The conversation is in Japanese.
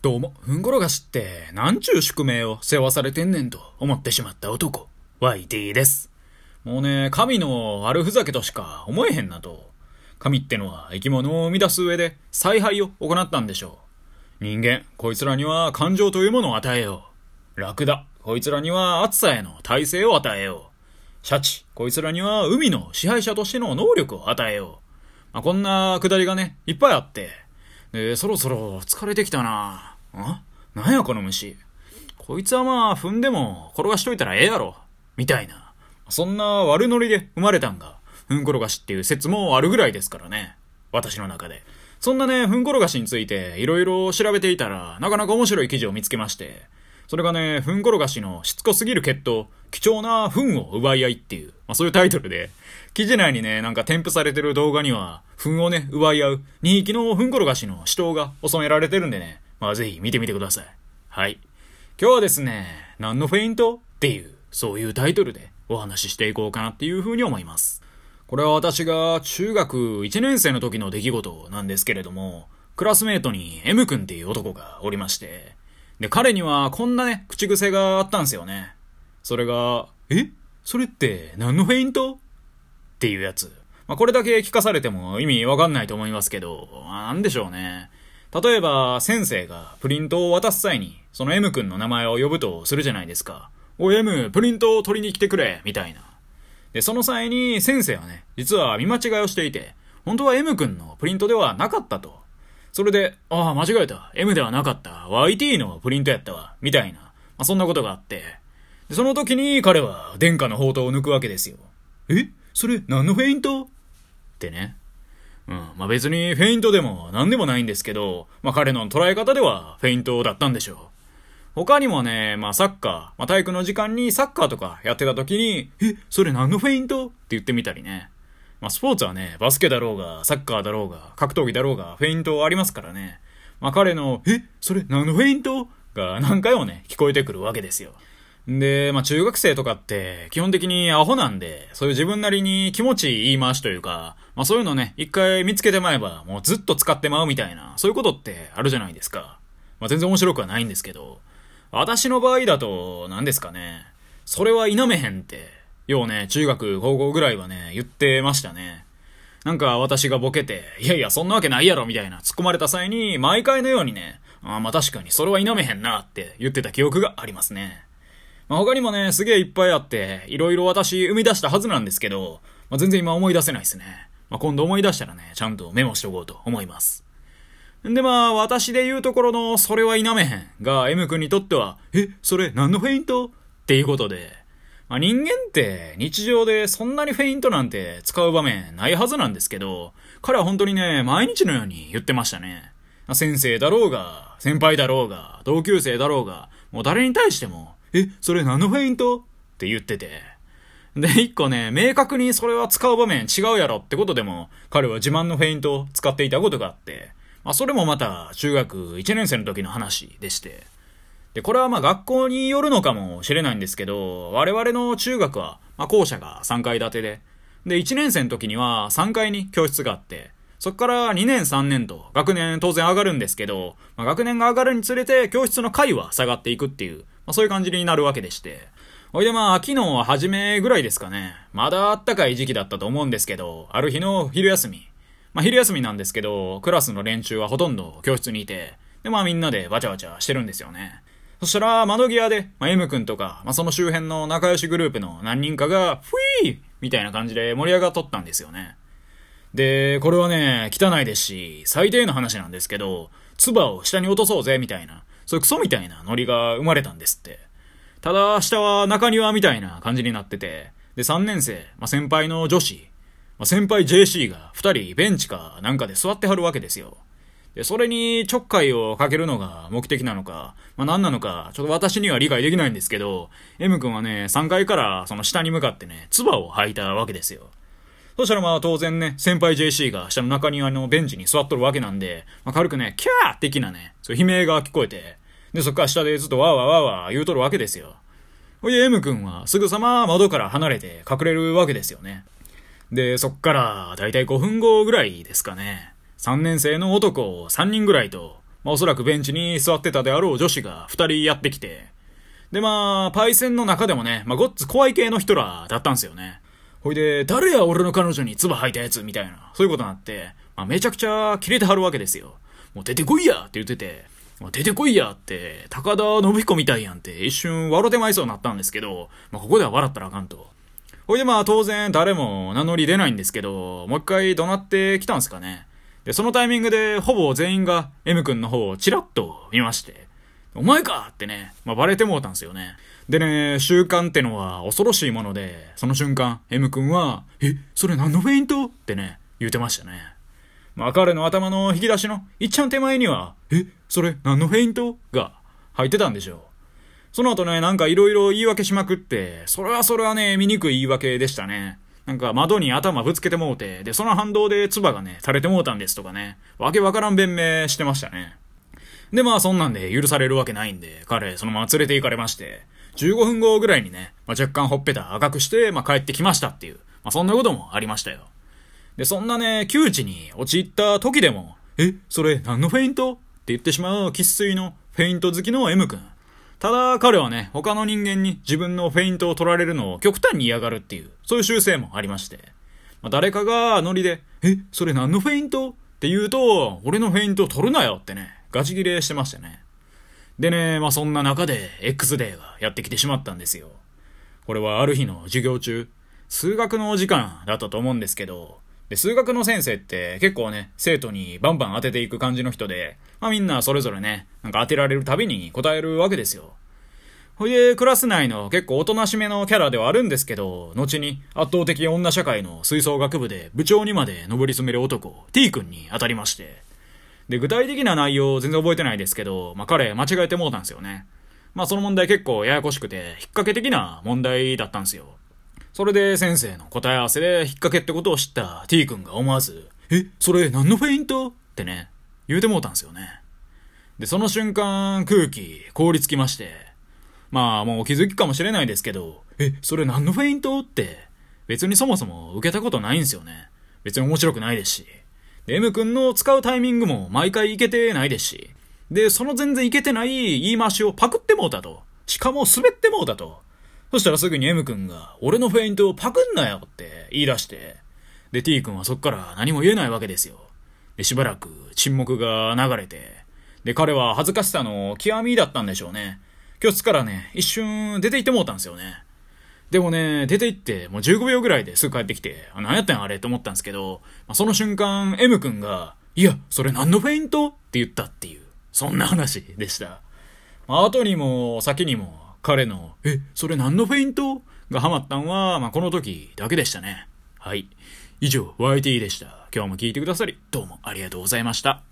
どうも、ふんころがしってなんちゅう宿命を世話されてんねんと思ってしまった男、YT です。もうね、神の悪ふざけとしか思えへんなと。神ってのは生き物を生み出す上で采配を行ったんでしょう。人間、こいつらには感情というものを与えよう。ラクダ、こいつらには暑さへの耐性を与えよう。シャチ、こいつらには海の支配者としての能力を与えよう。こんなくだりがね、いっぱいあって。で、そろそろ疲れてきたな。なんやこの虫。こいつはまあ踏んでも転がしといたらええやろ。みたいな。そんな悪ノリで生まれたんが、ふんころがしっていう説もあるぐらいですからね。私の中で。そんなね、ふんころがしについていろいろ調べていたら、なかなか面白い記事を見つけまして、それがね、ふんころがしのしつこすぎる血統、貴重な糞を奪い合いっていう、そういうタイトルで、記事内にね、なんか添付されてる動画には、糞をね、奪い合う2匹のふんころがしの死闘が収められてるんでね、ぜひ見てみてください。はい。今日はですね、何のフェイントっていう、そういうタイトルでお話ししていこうかなっていう風に思います。これは私が中学1年生の時の出来事なんですけれども、クラスメートに M 君っていう男がおりまして、で、彼にはこんなね、口癖があったんですよね。それが、それって何のフェイントっていうやつ。これだけ聞かされても意味わかんないと思いますけど、なんでしょうね。例えば、先生がプリントを渡す際に、その M 君の名前を呼ぶとするじゃないですか。おい M、プリントを取りに来てくれ、みたいな。で、その際に先生はね、実は見間違いをしていて、本当は M 君のプリントではなかったと。それで、間違えた。M ではなかった。YT のプリントやったわ。みたいな。そんなことがあって。で、その時に彼は殿下の宝刀を抜くわけですよ。それ何のフェイントってね。別にフェイントでも何でもないんですけど、彼の捉え方ではフェイントだったんでしょう。他にもね、サッカー、体育の時間にサッカーとかやってた時に、それ何のフェイントって言ってみたりね。スポーツはね、バスケだろうが、サッカーだろうが、格闘技だろうが、フェイントありますからね。彼の、それ何のフェイントが何回もね、聞こえてくるわけですよ。で、中学生とかって基本的にアホなんで、そういう自分なりに気持ちいい言い回しというか、そういうのね、一回見つけてまえば、もうずっと使ってまうみたいな、そういうことってあるじゃないですか。全然面白くはないんですけど、私の場合だと、何ですかね、それは否めへんって、ようね、中学、高校ぐらいはね、言ってましたね。なんか私がボケて、いやいや、そんなわけないやろ、みたいな突っ込まれた際に、毎回のようにね、確かにそれは否めへんなって言ってた記憶がありますね。他にもね、すげえいっぱいあって、いろいろ私生み出したはずなんですけど、全然今思い出せないですね。今度思い出したらね、ちゃんとメモしておこうと思います。で私で言うところの、それは否めへんが、M 君にとっては、それ何のフェイントっていうことで、人間って日常でそんなにフェイントなんて使う場面ないはずなんですけど、彼は本当にね、毎日のように言ってましたね。先生だろうが、先輩だろうが、同級生だろうが、もう誰に対しても、それ何のフェイントって言ってて。で、一個ね、明確にそれは使う場面違うやろってことでも、彼は自慢のフェイントを使っていたことがあって、それもまた中学1年生の時の話でして。で、これは学校によるのかもしれないんですけど、我々の中学は、校舎が3階建てで、で、1年生の時には3階に教室があって、そこから2年3年と学年当然上がるんですけど、学年が上がるにつれて教室の階は下がっていくっていう、そういう感じになるわけでして。ほいで秋の初めぐらいですかね。まだ暖かい時期だったと思うんですけど、ある日の昼休み。昼休みなんですけど、クラスの連中はほとんど教室にいて、でみんなでバチャバチャしてるんですよね。そしたら窓際で、M 君とか、その周辺の仲良しグループの何人かが、フィーみたいな感じで盛り上がっとったんですよね。で、これはね、汚いですし、最低の話なんですけど、唾を下に落とそうぜみたいな、そういうクソみたいなノリが生まれたんですって。ただ、下は中庭みたいな感じになってて、で、3年生、先輩の女子、先輩 JC が2人ベンチかなんかで座ってはるわけですよ。で、それにちょっかいをかけるのが目的なのか、何なのか、ちょっと私には理解できないんですけど、M 君はね、3階からその下に向かってね、唾を吐いたわけですよ。そしたら当然ね、先輩 JC が下の中庭のベンチに座っとるわけなんで、軽くね、キャー的なね、そういう悲鳴が聞こえて、で、そっから下でずっとワーワーワーワー言うとるわけですよ。ほいで M 君はすぐさま窓から離れて隠れるわけですよね。で、そっからだいたい5分後ぐらいですかね。3年生の男3人ぐらいと、 おそらくベンチに座ってたであろう女子が二人やってきて、でパイセンの中でもね、ごっつ怖い系の人らだったんですよね。ほいで、誰や俺の彼女に唾吐いたやつみたいな、そういうことになって、めちゃくちゃキレてはるわけですよ。もう出てこいやって言ってて、出てこいやって、高田信彦みたいやんって一瞬笑ってまいそうになったんですけど、ここでは笑ったらあかんと。ほいで当然誰も名乗り出ないんですけど、もう一回怒鳴ってきたんすかね。で、そのタイミングでほぼ全員が M 君の方をチラッと見まして、お前かってね、バレてもうたんすよね。でね、習慣ってのは恐ろしいもので、その瞬間 M 君は、それ何のフェイントってね、言うてましたね。彼の頭の引き出しのいっちゃん手前には、それ何のフェイントが入ってたんでしょう。その後ね、なんかいろいろ言い訳しまくって、それはね、醜い言い訳でしたね。なんか窓に頭ぶつけてもうて、で、その反動で唾がね、垂れてもうたんですとかね、わけわからん弁明してましたね。で、そんなんで許されるわけないんで、彼、そのまま連れて行かれまして、15分後ぐらいにね、若干ほっぺた赤くして、帰ってきましたっていう、そんなこともありましたよ。で、そんなね、窮地に陥った時でも、それ何のフェイントって言ってしまう生粋のフェイント好きの M 君。ただ彼はね、他の人間に自分のフェイントを取られるのを極端に嫌がるっていう、そういう習性もありまして。誰かがノリで、それ何のフェイントって言うと、俺のフェイント取るなよってね、ガチギレしてましたね。でね、そんな中で X デーがやってきてしまったんですよ。これはある日の授業中、数学の時間だったと思うんですけど、で、数学の先生って結構ね、生徒にバンバン当てていく感じの人で、みんなそれぞれね、なんか当てられるたびに答えるわけですよ。ほいで、クラス内の結構おとなしめのキャラではあるんですけど、後に圧倒的女社会の吹奏楽部で部長にまで上り詰める男、T 君に当たりまして。で、具体的な内容全然覚えてないですけど、彼間違えてもうたんですよね。その問題結構ややこしくて、引っ掛け的な問題だったんですよ。それで先生の答え合わせで引っ掛けってことを知った T 君が思わず、それ何のフェイントってね、言うてもうたんですよね。で、その瞬間空気凍りつきまして、もうお気づきかもしれないですけど、それ何のフェイントって別にそもそも受けたことないんですよね。別に面白くないですし。で、M 君の使うタイミングも毎回いけてないですし。で、その全然いけてない言い回しをパクってもうたと。しかも滑ってもうたと。そしたらすぐに M 君が、俺のフェイントをパクんなよって言い出して、で、T 君はそっから何も言えないわけですよ。で、しばらく沈黙が流れて、で、彼は恥ずかしさの極みだったんでしょうね。教室からね、一瞬出て行ってもうたんですよね。でもね、出て行ってもう15秒ぐらいですぐ帰ってきて、何やったんあれって思ったんですけど、その瞬間 M 君が、いや、それ何のフェイントって言ったっていう、そんな話でした。後にも先にも、彼の、それ何のフェイントがハマったんは、この時だけでしたね。はい。以上、YT でした。今日も聞いてくださり、どうもありがとうございました。